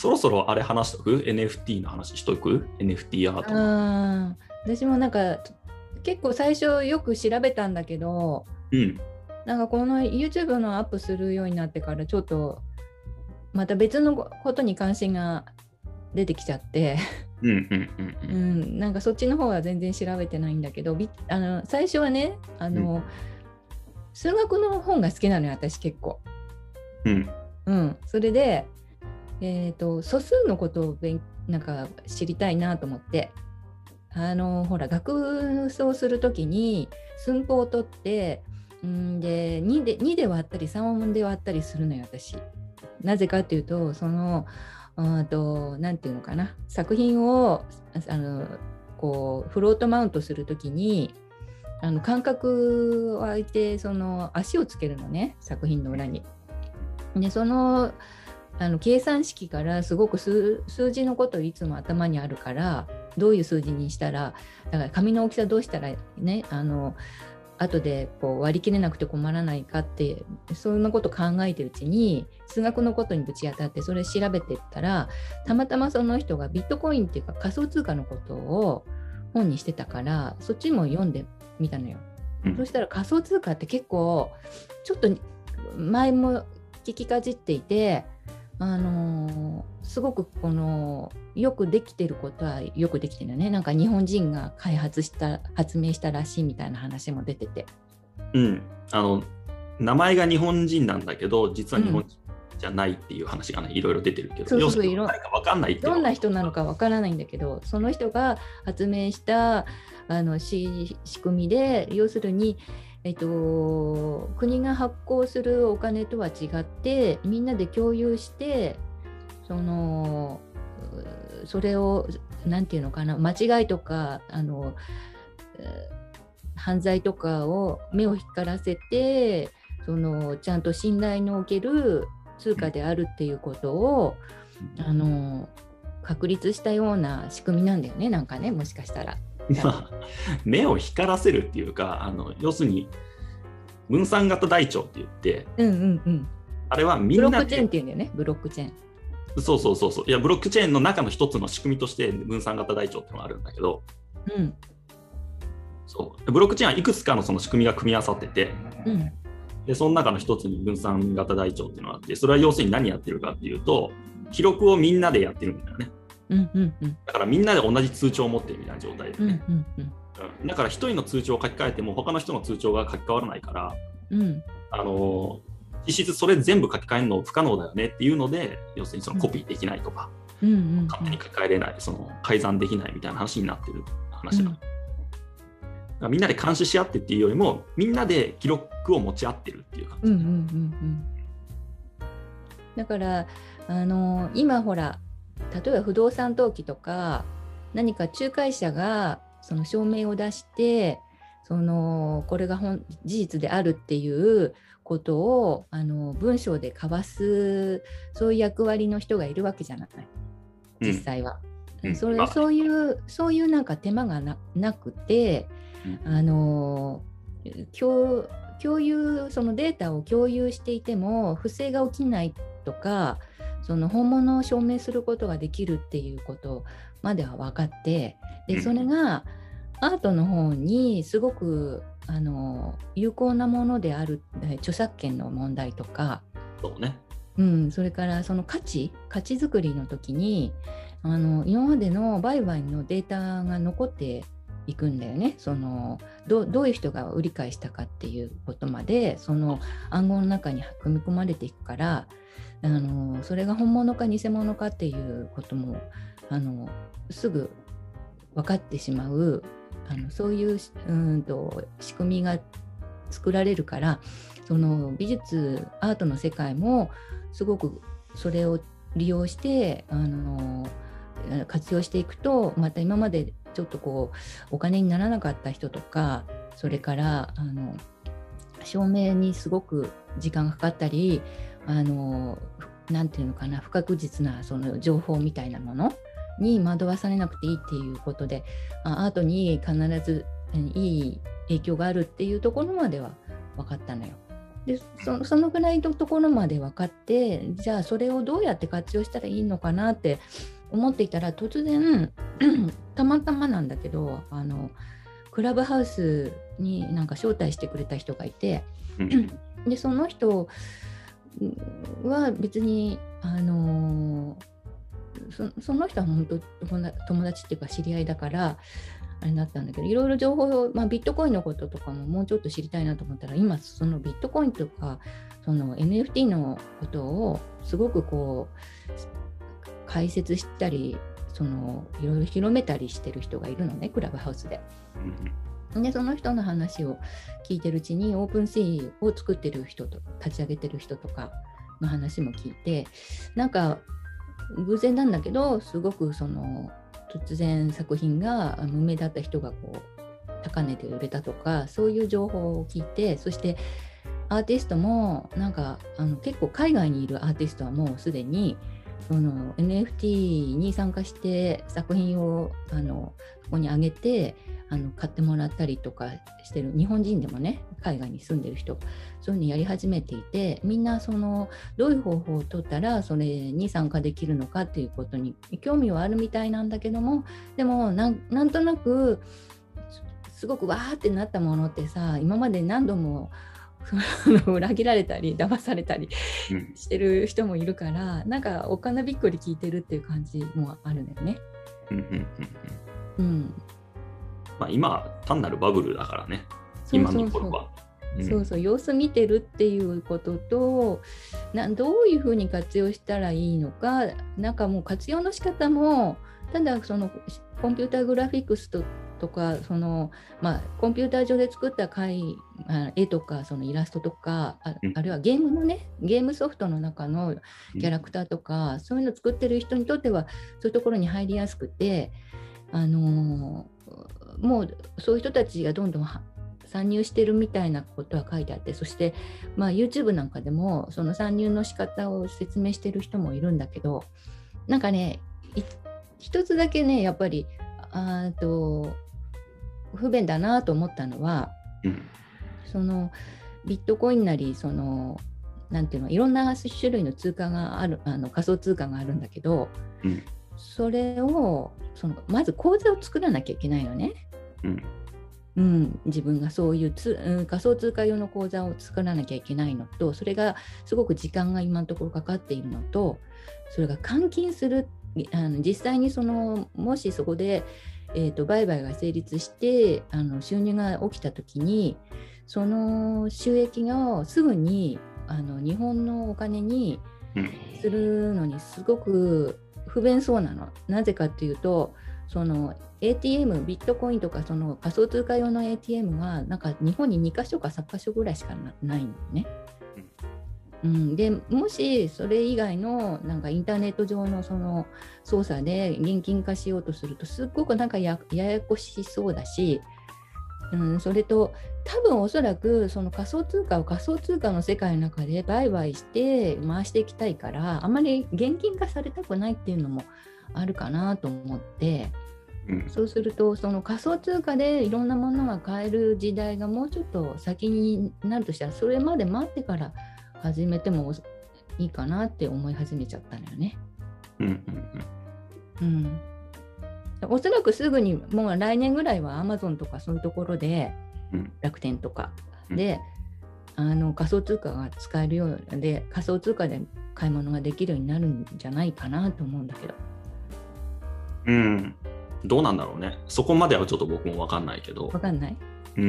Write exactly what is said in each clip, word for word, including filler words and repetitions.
ろそろあれ話しとく？ エヌエフティー の話しとく？ エヌエフティー アート。 あ私もなんか結構最初よく調べたんだけど、 うん、 なんかこの YouTube のアップするようになってからちょっとまた別のことに関心が出てきちゃってうんうんうんうん、 うん、なんかそっちの方は全然調べてないんだけど、あの最初はねあの、うん、数学の本が好きなのよ私結構、 うんうん、それで、えーと、素数のことを勉なんか知りたいなと思って、あのほら学習するときに寸法を取ってんで 2, でにで割ったりさんで割ったりするのよ私。なぜかっていうとそのあとなんていうのかな、作品をあのこうフロートマウントするときにあの間隔を空いてその足をつけるのね、作品の裏に。でそのあの計算式からすごく 数, 数字のこといつも頭にあるから、どういう数字にしたら、だから紙の大きさどうしたらね、あの後でこう割り切れなくて困らないかって、そんなこと考えてるうちに数学のことにぶち当たって、それ調べていったらたまたまその人がビットコインっていうか仮想通貨のことを本にしてたから、そっちも読んでみたのよ、うん、そしたら仮想通貨って結構ちょっと前も聞きかじっていて、あのー、すごくこのよくできてることはよくできてるよね。なんか日本人が開発した発明したらしいみたいな話も出てて、 うん、あの名前が日本人なんだけど実は日本人じゃないっていう話がね、うん、いろいろ出てるけど、 そうそうそう、 誰か分かんないってどんな人なのか分からないんだけど、その人が発明したあの仕組みで、要するにえっと、国が発行するお金とは違ってみんなで共有して、そのそれをなんていうのかな、間違いとかあの犯罪とかを目を光らせて、そのちゃんと信頼のおける通貨であるっていうことをあの確立したような仕組みなんだよね、なんかね、もしかしたら。 目を光らせるっていうか、あの要するに分散型台帳って言って、 うんうんうん、 あれはみんなでブロックチェーンっていうんだよね、ブロックチェーン。 そうそうそうそう、いやブロックチェーンの中の一つの仕組みとして分散型台帳っていうのがあるんだけど、 うん、 そうブロックチェーンはいくつかのその仕組みが組み合わさってて、 うん、 でその中の一つに分散型台帳っていうのがあって、それは要するに何やってるかっていうと、記録をみんなでやってるんだよね。 うんうんうん、 だからみんなで同じ通帳を持ってるみたいな状態でね、 うんうんうんうん、だから一人の通帳を書き換えても他の人の通帳が書き換わらないから、 うん、 あの実質それ全部書き換えるの不可能だよねっていうので、要するにそのコピーできないとか、 うんうんうんうん、 勝手に書き換えれない、その改ざんできないみたいな話になってる話なの、うん、みんなで監視し合ってっていうよりもみんなで記録を持ち合ってるっていう感じ、うんうんうんうん、 だからあの今ほら例えば不動産登記とか何か仲介者がその証明を出して、そのこれが本事実であるっていうことをあの文章で交わす、そういう役割の人がいるわけじゃない実際は、うん、それそういうそういうなんか手間が な, なくて、うん、あの共共有そのデータを共有していても不正が起きないとか、その本物を証明することができるっていうことまでは分かって、でそれがアートの方にすごくあの有効なものである、著作権の問題とか、 そうね、 うん、それからその価値価値作りの時にあの今までの売買のデータが残っていくんだよね。その ど, どういう人が売り買いしたかっていうことまでその暗号の中に組み込まれていくから、あのそれが本物か偽物かっていうこともあのすぐ分かってしまう、あのそういう、うんと仕組みが作られるから、その美術アートの世界もすごくそれを利用してあの活用していくと、また今までちょっとこうお金にならなかった人とか、それからあの証明にすごく時間がかかったり、あのなんていうのかな、不確実なその情報みたいなものに惑わされなくていいっていうことで、アートに必ずいい影響があるっていうところまでは分かったのよ。 で そ, そのぐらいのところまで分かって、じゃあそれをどうやって活用したらいいのかなって思っていたら、突然たまたまなんだけど、あのクラブハウスになんか招待してくれた人がいて、でその人は別にあの そ, その人は本当友達っていうか知り合いだからあれだったんだけど、いろいろ情報を、まあ、ビットコインのこととかももうちょっと知りたいなと思ったら、今そのビットコインとかその エヌエフティー のことをすごくこう解説したり、そのいろいろ広めたりしてる人がいるのね、クラブハウスで。でその人の話を聞いてるうちに、オープンシーを作ってる人と立ち上げてる人とかの話も聞いて、なんか偶然なんだけど、すごくその突然作品が無名だった人がこう高値で売れたとか、そういう情報を聞いて、そしてアーティストもなんかあの結構海外にいるアーティストはもうすでにその エヌエフティー に参加して作品をあのここに上げてあの買ってもらったりとかしてる、日本人でもね、海外に住んでる人、そういうのやり始めていて、みんなそのどういう方法を取ったらそれに参加できるのかっていうことに興味はあるみたいなんだけども、でも な, んなんとなくすごくわーってなったものってさ、今まで何度も裏切られたり騙されたりしてる人もいるから、うん、なんかお金びっくり聞いてるっていう感じもあるんだよね。うんうんうんうん。 まあ、今単なるバブルだからね、今のところは。 うん、そうそう、様子見てるっていうことと、などういうふうに活用したらいいのか、なんかもう活用の仕方も、ただそのコンピューターグラフィックスととかその、まあ、コンピューター上で作った絵、絵とかそのイラストとか あ, あるいはゲームのね、ゲームソフトの中のキャラクターとか、うん、そういうのを作ってる人にとってはそういうところに入りやすくて、あのー、もうそういう人たちがどんどん参入してるみたいなことは書いてあって、そして、まあ、YouTube なんかでもその参入の仕方を説明してる人もいるんだけど、なんかね、一つだけね、やっぱりあと不便だなと思ったのは、うん、そのビットコインなりそのなんていうの、いろんな種類の通貨がある、あの仮想通貨があるんだけど、うん、それをそのまず口座を作らなきゃいけないのね。うんうん、自分がそういうつ、うん、仮想通貨用の口座を作らなきゃいけないのと、それがすごく時間が今のところかかっているのと、それが換金する、あの実際にそのもしそこでえーと、売買が成立してあの収入が起きたときに、その収益をすぐにあの日本のお金にするのにすごく不便そうなの。なぜかというと、その エーティーエム、ビットコインとかその仮想通貨用の エーティーエム がなんか日本ににかしょかさんかしょぐらいしか な, ないのね。うん、でもしそれ以外のなんかインターネット上のその操作で現金化しようとするとすっごくなんか や, ややこしそうだし、うん、それと多分おそらくその仮想通貨を仮想通貨の世界の中で売買して回していきたいから、あまり現金化されたくないっていうのもあるかなと思って、うん、そうするとその仮想通貨でいろんなものが買える時代がもうちょっと先になるとしたら、それまで待ってから始めてもいいかなって思い始めちゃったのよね。うんうんうんうん、おそらくすぐにもう来年ぐらいは Amazon とかそういうところで、うん、楽天とかで、うん、あの仮想通貨が使えるようで仮想通貨で買い物ができるようになるんじゃないかなと思うんだけど。 うん、どうなんだろうね。そこまではちょっと僕も分かんないけど。 分かんない、 うん、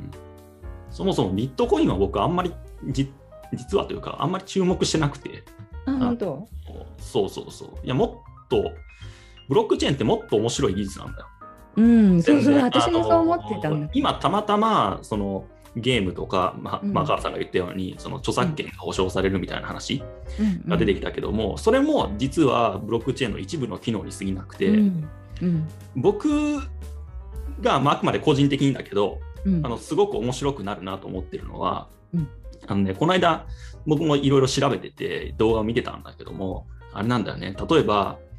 そもそもビットコインは僕あんまりじ実はというかあんまり注目してなくて。 あ、本当？ そうそうそう。いや、もっとブロックチェーンってもっと面白い技術なんだよ。 うん、そうそう、私もそう思ってたんだ。 今たまたまそのゲームとか、まうん、マカーさんが言ったようにその著作権が保証されるみたいな話が出てきたけども、うんうん、それも実はブロックチェーンの一部の機能に過ぎなくて、うんうん、僕が、まあ、あくまで個人的にだけど、うん、あのすごく面白くなるなと思ってるのは、うんあのね、この間僕もいろいろ調べてて動画を見てたんだけども、あれなんだよね、例えば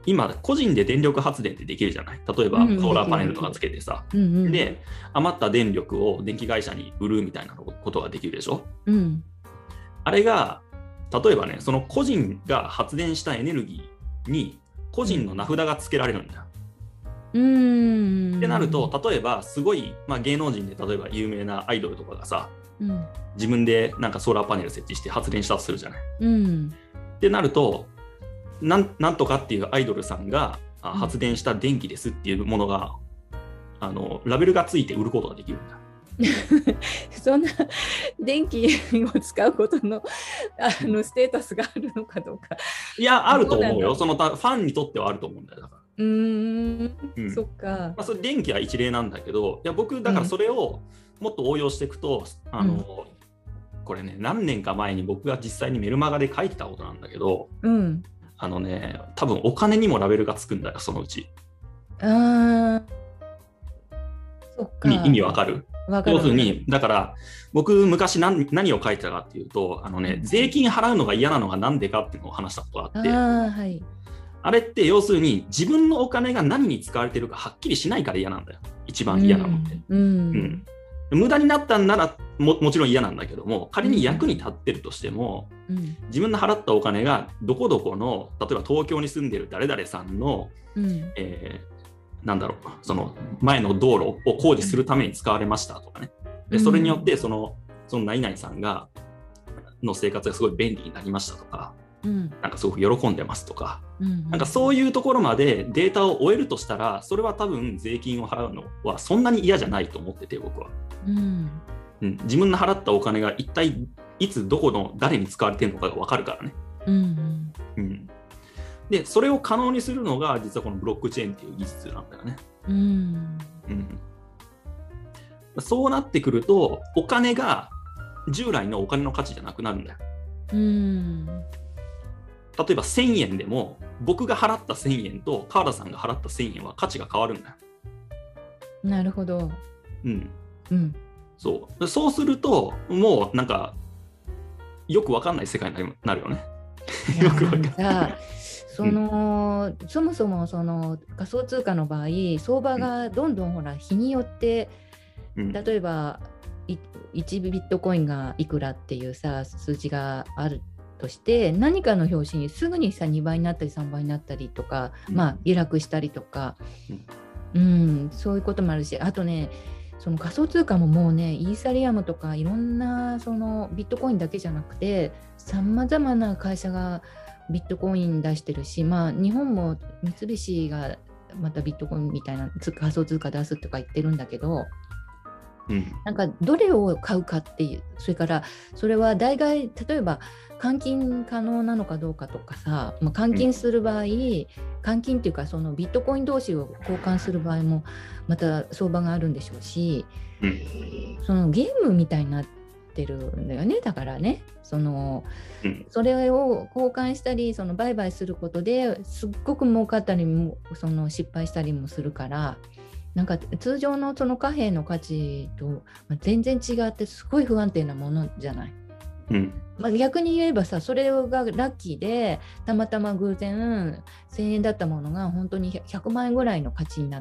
今個人で電力発電ってできるじゃない。例えばソーラーパネルとかつけてさ、うんうん、で余った電力を電気会社に売るみたいなことができるでしょ、うん、あれが例えばね、その個人が発電したエネルギーに個人の名札がつけられるんだよ。うーんってなると、例えばすごい、まあ、芸能人で例えば有名なアイドルとかがさ、うん、自分でなんかソーラーパネル設置して発電したとするじゃない、うん、ってなるとなん、なんとかっていうアイドルさんが発電した電気ですっていうものが、うん、あのラベルがついて売ることができるんだ。 そんな電気を使うことの、あのステータスがあるのかどうか。 いや、あると思うよ。そのファンにとってはあると思うんだよ。だからうーん、うん、そっか。 まあ、それ電気は一例なんだけど、いや僕だからそれをもっと応用していくと、うん、あのこれね、何年か前に僕が実際にメルマガで書いてたことなんだけど、うん、あのね、多分お金にもラベルがつくんだよ、そのうち。ああ、そっか。意味わかる？要するに、だから僕昔 何, 何を書いてたかっていうと、あのね、税金払うのが嫌なのがなんでかっていうのを話したことがあって、あ、はい、あれって要するに自分のお金が何に使われてるかはっきりしないから嫌なんだよ。一番嫌なのって、うんうんうん、無駄になったんなら も, もちろん嫌なんだけども、仮に役に立ってるとしても、うん、自分の払ったお金がどこどこの例えば東京に住んでる誰々さんの、うんえーなんだろう、その前の道路を工事するために使われましたとかね。でそれによってその、その何々さんがの生活がすごい便利になりましたとか、うん、なんかすごく喜んでますとか、うんうん、なんかそういうところまでデータを終えるとしたら、それは多分税金を払うのはそんなに嫌じゃないと思ってて、僕は、うんうん、自分の払ったお金が一体いつどこの誰に使われてるのかが分かるからね。うんうんうんでそれを可能にするのが実はこのブロックチェーンっていう技術なんだよね。うんうん、そうなってくるとお金が従来のお金の価値じゃなくなるんだよ。うん例えばせんえんでも僕が払ったせんえんと川田さんが払ったせんえんは価値が変わるんだよ。 なるほど。 うんうん、そうそうするともうなんかよく分かんない世界になるよね。よく分かんない。 そのうん、そもそもその仮想通貨の場合、相場がどんどんほら日によって、うん、例えばいちビットコインがいくらっていうさ数字があるとして、何かの拍子にすぐにさにばいになったりさんばいになったりとか、うん、まあ下落したりとか、うん、うん、そういうこともあるし、あとね、その仮想通貨ももうね、イーサリアムとかいろんなそのビットコインだけじゃなくて、さまざまな会社がビットコイン出してるし、まあ、日本も三菱がまたビットコインみたいな仮想通貨出すとか言ってるんだけど、うん、なんかどれを買うかっていう、それからそれは代替、例えば換金可能なのかどうかとかさ、まあ、換金する場合、うん、換金っていうかそのビットコイン同士を交換する場合もまた相場があるんでしょうし、うん、そのゲームみたいになっててるんだよね。だからね、その、うん、それを交換したりその売買することですっごく儲かったりもその失敗したりもするから、なんか通常のその貨幣の価値と全然違ってすごい不安定なものじゃない。うんまあ、逆に言えばさ、それがラッキーでたまたま偶然せんえんだったものが本当にひゃくまんえんぐらいの価値になって、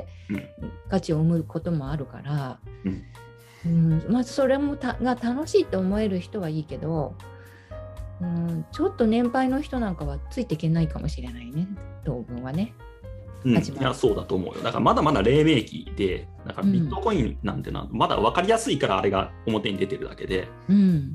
うん、価値を生むこともあるから、うんうんまあ、それもたが楽しいと思える人はいいけど、うん、ちょっと年配の人なんかはついていけないかもしれないね、当分はね。 うん、いやそうだと思うよ。だからまだまだ黎明期で、だからビットコインなんてのはまだ分かりやすいからあれが表に出てるだけで、うん、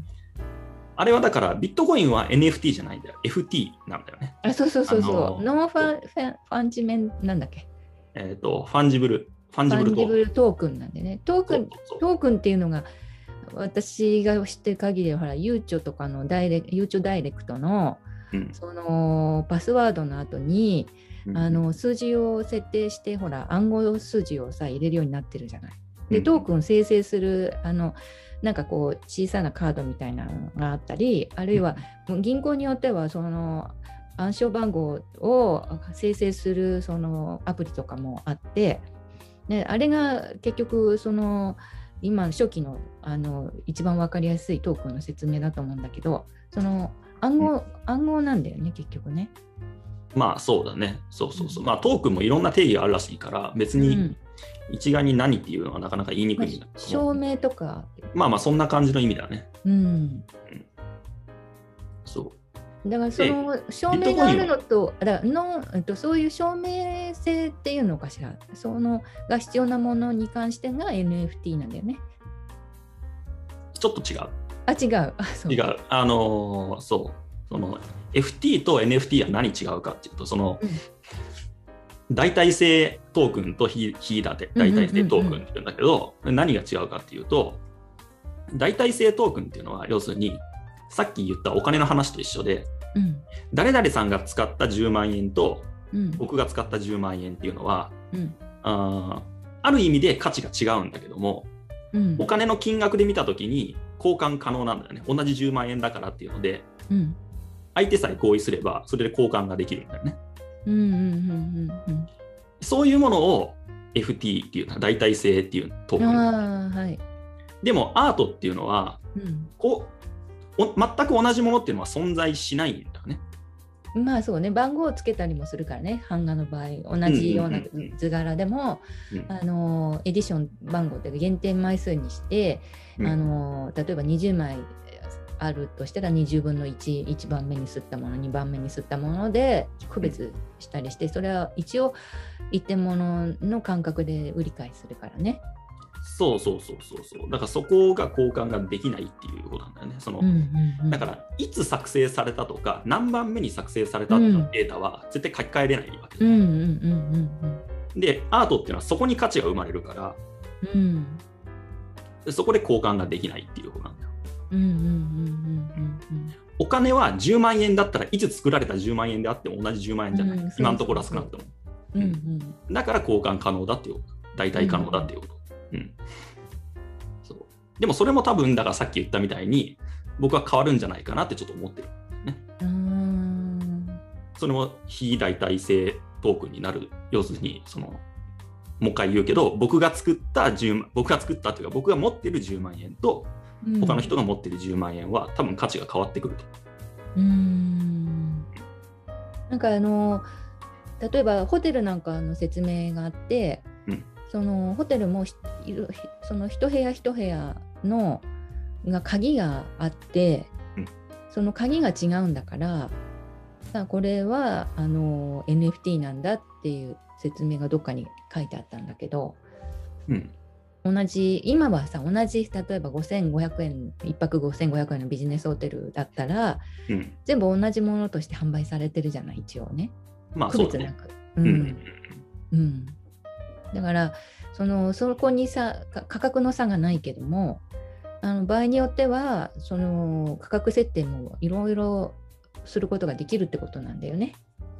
あれはだからビットコインは エヌエフティー じゃないんだよ、エフティー なんだよね。 あ、そうそうそうそう、ノーファン、ファンジメンなんだっけ、 えっとファンジブルファンジブルトークン、ファンジブルトークンなんでね、トークン、そうそうそう、トークンっていうのが私が知ってる限りはほら、ゆうちょとかのダイレゆうちょダイレクトの、うん、そのパスワードの後に、うん、あの数字を設定してほら暗号数字をさ入れるようになってるじゃない。でトークン生成するあのなんかこう小さなカードみたいなのがあったり、あるいは銀行によってはその暗証番号を生成するそのアプリとかもあって、であれが結局その今初期 の, あの一番分かりやすいトークンの説明だと思うんだけど、その暗号、うん、暗号なんだよね結局ね。 まあそうだね。そうそうそう。まあトークンもいろんな定義があるらしいから、別に一概に何っていうのはなかなか言いにくいんだけど、まあ、 証明とか。 まあまあそんな感じの意味だね。 うん。うん、 そう。 だからその証明があるのと、だからのそういう証明性っていうのかしら、そのが必要なものに関してが エヌエフティー なんだよね。 ちょっと違う。 あ、違う。あ、そう。 違う。あのー、そう。その エフティー と エヌエフティー は何違うかっていうと、その、うん、代替性トークンと非代替性トークンっていうんだけど、うんうんうんうん、何が違うかっていうと、代替性トークンっていうのは要するにさっき言ったお金の話と一緒で、うん、誰々さんが使ったじゅうまんえんと、うん、僕が使ったじゅうまんえんっていうのは、うん、あ, ある意味で価値が違うんだけども、うん、お金の金額で見たときに交換可能なんだよね。同じじゅうまんえんだからっていうので、うん、相手さえ合意すればそれで交換ができるんだよね。そういうものを エフティー っていうのは代替性っていうトークン、はい、でもアートっていうのは、うん、こう全く同じものっていうのは存在しないんだよね。 まあそうね、番号をつけたりもするからね、版画の場合同じような図柄でも、うんうんうん、あのエディション番号って限定枚数にして、うん、あの例えばにじゅうまいあるとしたらにじゅうぶんのいち、いちばんめに刷ったもの、にばんめに刷ったもので区別したりして、それは一応一点物の感覚で売り買いするからね。 そうそうそうそうそう。だからそこが交換ができないっていうことなんだよね。その、うんうんうん、だからいつ作成されたとか何番目に作成されたっていうデータは絶対書き換えれないわけです、うんうんうんうん、でアートっていうのはそこに価値が生まれるから、うん、でそこで交換ができないっていうことなんだよ。お金はじゅうまんえんだったらいつ作られたじゅうまんえんであっても同じじゅうまんえんじゃない、うん、今のところは少なくとも、うんうん、だから交換可能だっていうこと、代替可能だっていうこと、うんうん、そうでもそれも多分だからさっき言ったみたいに僕は変わるんじゃないかなってちょっと思ってる、ね、うーんそれも非代替性トークンになる。要するにそのもう一回言うけど、僕が作ったじゅうまん僕が作ったというか僕が持ってるじゅうまんえんと他の人が持ってるじゅうまんえんは多分価値が変わってくると。うーんなんかあの例えばホテルなんかの説明があって、うん、そのホテルもその一部屋一部屋のが鍵があって、うん、その鍵が違うんだからこれはあの エヌエフティー なんだっていう説明がどっかに書いてあったんだけど、うん同じ今はさ同じ例えばごせんごひゃくえんいっぱくごせんごひゃくえんのビジネスホテルだったら、うん、全部同じものとして販売されてるじゃない一応ね、まあ、区別なく、うんうんうん、だからそのそこにさ価格の差がないけどもあの場合によってはその価格設定もいろいろすることができるってことなんだよね。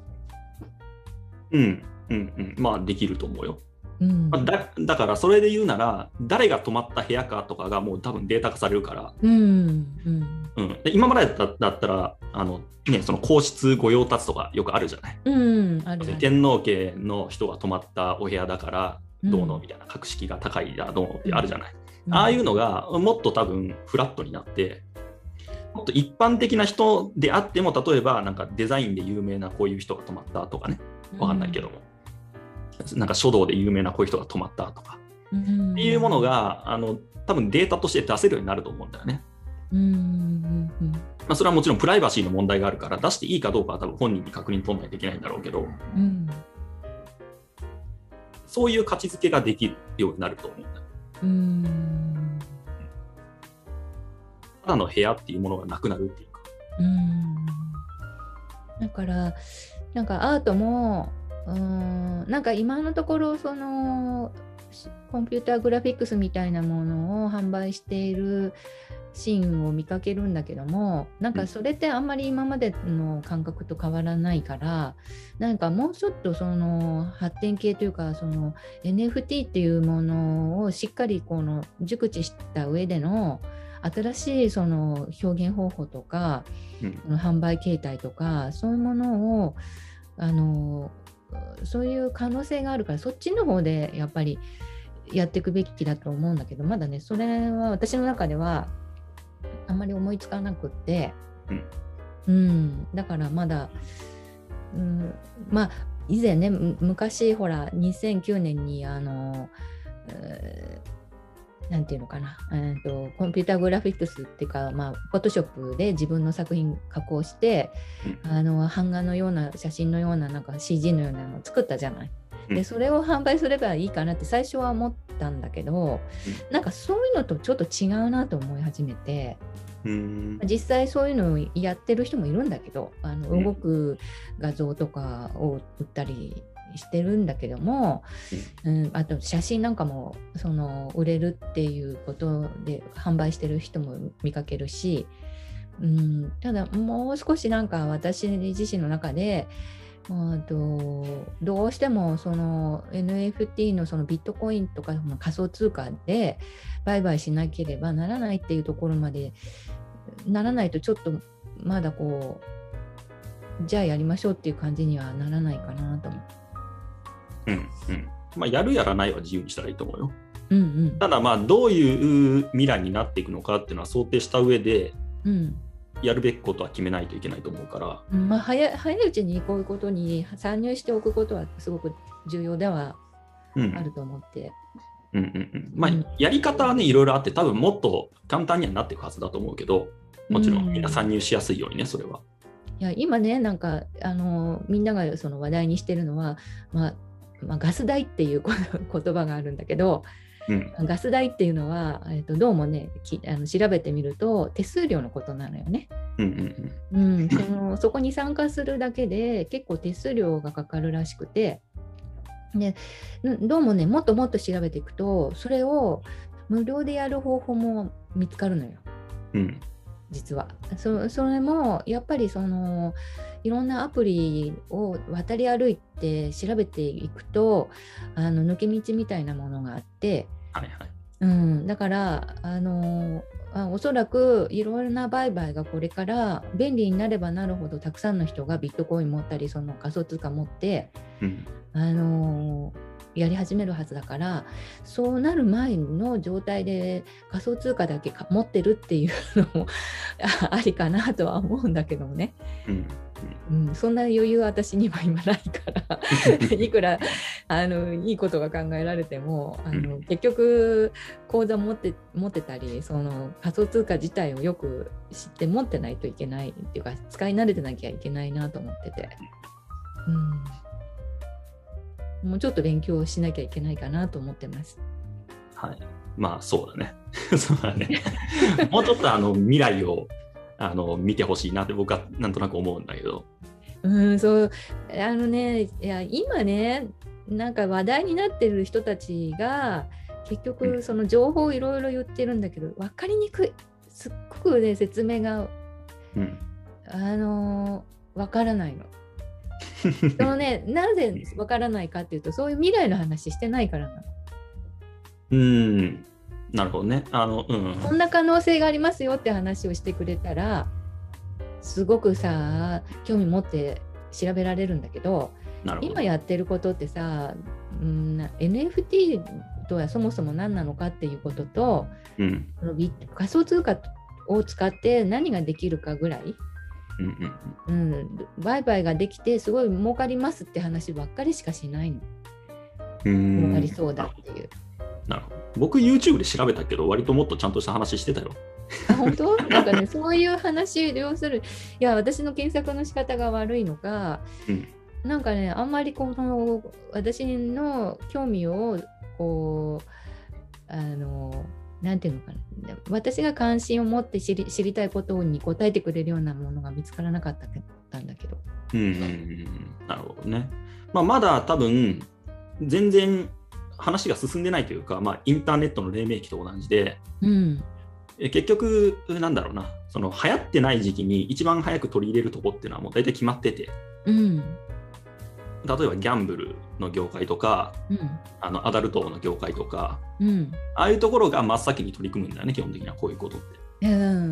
うんうんうんまあできると思うよ。うんまあ、だ, だからそれで言うなら誰が泊まった部屋かとかがもう多分データ化されるから、うんうんうん、で今まで だ, だったらあの、ね、その皇室御用達とかよくあるじゃない、うん、あるある天皇家の人が泊まったお部屋だからどうのみたいな格式が高いだどうのってあるじゃない、うん、ああいうのがもっと多分フラットになってもっと一般的な人であっても例えばなんかデザインで有名なこういう人が泊まったとかねわかんないけども、うん、なんか書道で有名なこういう人が泊まったとか、うん、っていうものがあの多分データとして出せるようになると思うんだよね。うんうんうんまあ、それはもちろんプライバシーの問題があるから出していいかどうかは多分本人に確認取らないといけないんだろうけど、うん、そういう価値づけができるようになると思うんだよ。うんただの部屋っていうものがなくなるっていうか。 うんだからなんかアートもうーんなんか今のところそのコンピューターグラフィックスみたいなものを販売しているシーンを見かけるんだけどもなんかそれってあんまり今までの感覚と変わらないからなんかもうちょっとその発展系というかその エヌエフティー っていうものをしっかりこの熟知した上での新しいその表現方法とか、うん、販売形態とかそういうものをあのそういう可能性があるからそっちの方でやっぱりやっていくべきだと思うんだけどまだねそれは私の中ではあんまり思いつかなくって、うんうん、だからまだうん、まあ以前ね昔ほらにせんきゅうねんにあの、えーなんていうのかな、えーと、コンピューターグラフィックスっていうか、まあ、フォトショップで自分の作品加工して、うん、あの版画のような写真のような、なんか シージー のようなのを作ったじゃない。でそれを販売すればいいかなって最初は思ったんだけど、うん、なんかそういうのとちょっと違うなと思い始めて、うん、実際そういうのをやってる人もいるんだけど、あの動く画像とかを売ったりしてるんだけども、うん、あと写真なんかもその売れるっていうことで販売してる人も見かけるし、うん、ただもう少しなんか私自身の中であとどうしてもその エヌエフティー のそのビットコインとかの仮想通貨で売買しなければならないっていうところまでならないと、ちょっとまだこうじゃあやりましょうっていう感じにはならないかなと思って。 うんうんまあ、やるやらないは自由にしたらいいと思うよ。 うんうん、 ただまあどういう未来になっていくのかっていうのは想定した上で、うん、やるべきことは決めないといけないと思うから、 うんまあ、早, 早いうちにこういうことに参入しておくことはすごく重要ではあると思って、 うんうんうんうんまあ、やり方はねいろいろあって多分もっと簡単にはなっていくはずだと思うけど、もちろんみんな参入しやすいようにね、それは。 いや今ねなんかあのみんながその話題にしてるのは、まあまあ、ガス代っていう言葉があるんだけど、うん、ガス代っていうのは、えーと、どうもねきあの調べてみると手数料のことなのよね。うんうんうん、そのそこに参加するだけで結構手数料がかかるらしくて、でどうもねもっともっと調べていくとそれを無料でやる方法も見つかるのよ。うん実は そ, それもやっぱりそのいろんなアプリを渡り歩いて調べていくとあの抜け道みたいなものがあって、はいはいうん、だからあのあおそらくいろいろな売買がこれから便利になればなるほどたくさんの人がビットコイン持ったりその仮想通貨持って、うんあのやり始めるはずだから、そうなる前の状態で仮想通貨だけ持ってるっていうのもありかなとは思うんだけどもね、うんうん、そんな余裕は私には今ないからいくらあのいいことが考えられてもあの、うん、結局口座持って、持ってたりその仮想通貨自体をよく知って持ってないといけないっていうか使い慣れてなきゃいけないなと思ってて、うんもうちょっと勉強しなきゃいけないかなと思ってます。 はい。まあそうだね。そうだね。もうちょっとあの未来をあの見てほしいなって僕はなんとなく思うんだけど。 うんそうあのねいや今ねなんか話題になってる人たちが結局その情報をいろいろ言ってるんだけど、うん、分かりにくいすっごくね説明が、うん、あの分からないの。そのね、なぜわからないかっていうとそういう未来の話してないからなの。 うーんなるほどねあの、うん、 こんな可能性がありますよって話をしてくれたらすごくさ興味持って調べられるんだけど、なるほど今やってることってさ、うん、エヌエフティー とはそもそも何なのかっていうことと、うん、仮想通貨を使って何ができるかぐらいうんうんうん、売買ができてすごい儲かりますって話ばっかりしかしないの。うーん儲かりそうだっていう。 なるほど。僕 YouTube で調べたけど割ともっとちゃんとした話してたよ。 あ本当なんかねそういう話要するいや私の検索の仕方が悪いのか、うん、なんかねあんまりこの私の興味をこうあのなんていうのかな私が関心を持って知り、知りたいことに答えてくれるようなものが見つからなかったんだけど。 うんうんうん、なるほどね。まあ、まだ多分全然話が進んでないというか、まあ、インターネットの黎明期と同じで、うん、え結局なんだろうなその流行ってない時期に一番早く取り入れるとこっていうのはもう大体決まってて、うん、例えばギャンブルの業界とか、うん、あのアダルトの業界とか、うん、ああいうところが真っ先に取り組むんだよね基本的にはこういうことって。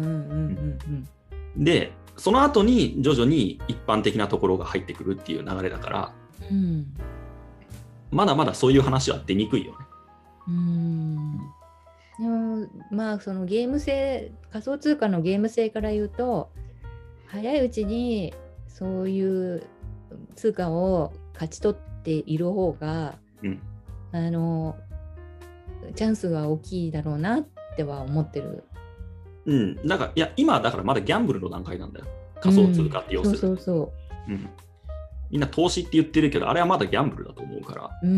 でその後に徐々に一般的なところが入ってくるっていう流れだから、うん、まだまだそういう話は出にくいよね。 うんでもまあそのゲーム性仮想通貨のゲーム性から言うと早いうちにそういう通貨を勝ち取っている方が、うん、あのチャンスは大きいだろうなっては思ってる。 うん、なんかいや今だからまだギャンブルの段階なんだよ、仮想通貨って要するに、 うん、そうそうそう、 うん、みんな投資って言ってるけどあれはまだギャンブルだと思うから、 うん、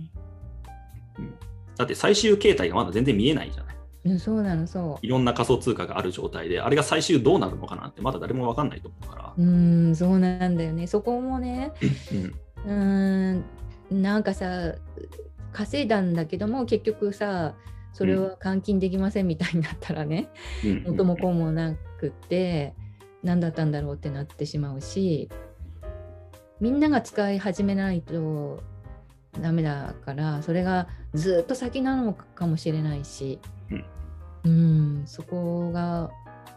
うん、だって最終形態がまだ全然見えないじゃない。 うん、そうなの、そう。 いろんな仮想通貨がある状態であれが最終どうなるのかなってまだ誰も分かんないと思うから。 うん、そうなんだよね。そこもね、うん、うん、なんかさ稼いだんだけども結局さそれは換金できませんみたいになったらね、うん、元も子もなくって何だったんだろうってなってしまうし、みんなが使い始めないとダメだからそれがずっと先なのかもしれないし、うん、うんそこが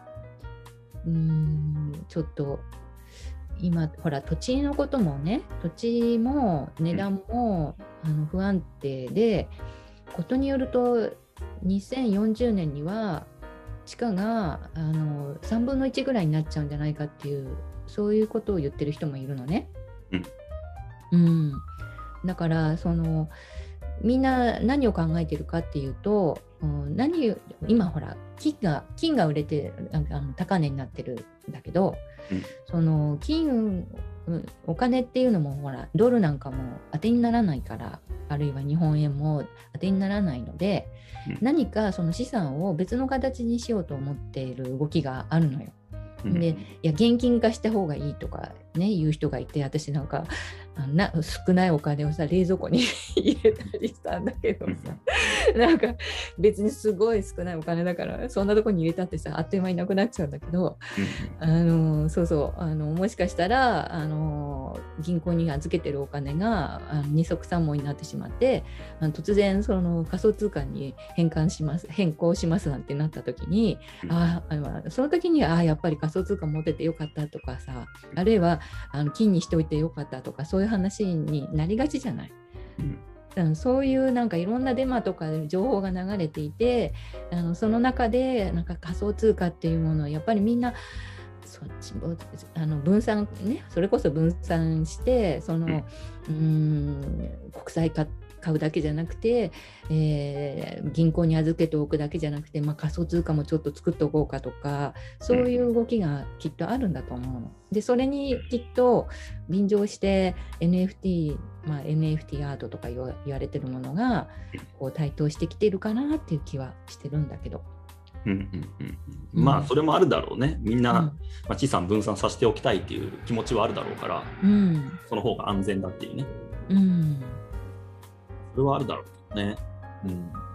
うんちょっと今ほら土地のこともね、土地も値段も、うん、あの不安定で、ことによるとにせんよんじゅうねんには地価があのさんぶんのいちぐらいになっちゃうんじゃないかっていうそういうことを言ってる人もいるのね、うん、うん、だからそのみんな何を考えてるかっていうと、うん、何今ほら金が金が売れてあの高値になってるんだけど、うん、その金お金っていうのもほらドルなんかも当てにならないから、あるいは日本円も当てにならないので、うん、何かその資産を別の形にしようと思っている動きがあるのよ。うん、でいや現金化した方がいいとかね言う人がいて、私なんかな少ないお金をさ冷蔵庫に入れたりしたんだけどさ、なんか別にすごい少ないお金だからそんなとこに入れたってさあっという間になくなっちゃうんだけど、あのそうそうあのもしかしたらあの銀行に預けてるお金があの二足三文になってしまってあの突然その仮想通貨に変換します変更しますなんてなった時に、ああのその時にあやっぱり仮想通貨持っててよかったとかさ、あるいはあの金にしておいてよかったとかそういう話になりがちじゃない、うん、そういうなんかいろんなデマとか情報が流れていて、あのその中でなんか仮想通貨っていうものはやっぱりみんなそっちあの分散ね、それこそ分散してその、うん、うーん国債買買うだけじゃなくて、えー、銀行に預けておくだけじゃなくて、まあ、仮想通貨もちょっと作っておこうかとか、そういう動きがきっとあるんだと思うので、それにきっと便乗して エヌエフティー、まあ、エヌエフティー アートとか言わ、言われてるものがこう台頭してきているかなっていう気はしてるんだけど、 うんうんうん、まあそれもあるだろうね。みんな、うんまあ、資産分散させておきたいっていう気持ちはあるだろうから、うん、その方が安全だっていうね、うん、それはあるだろうね、うん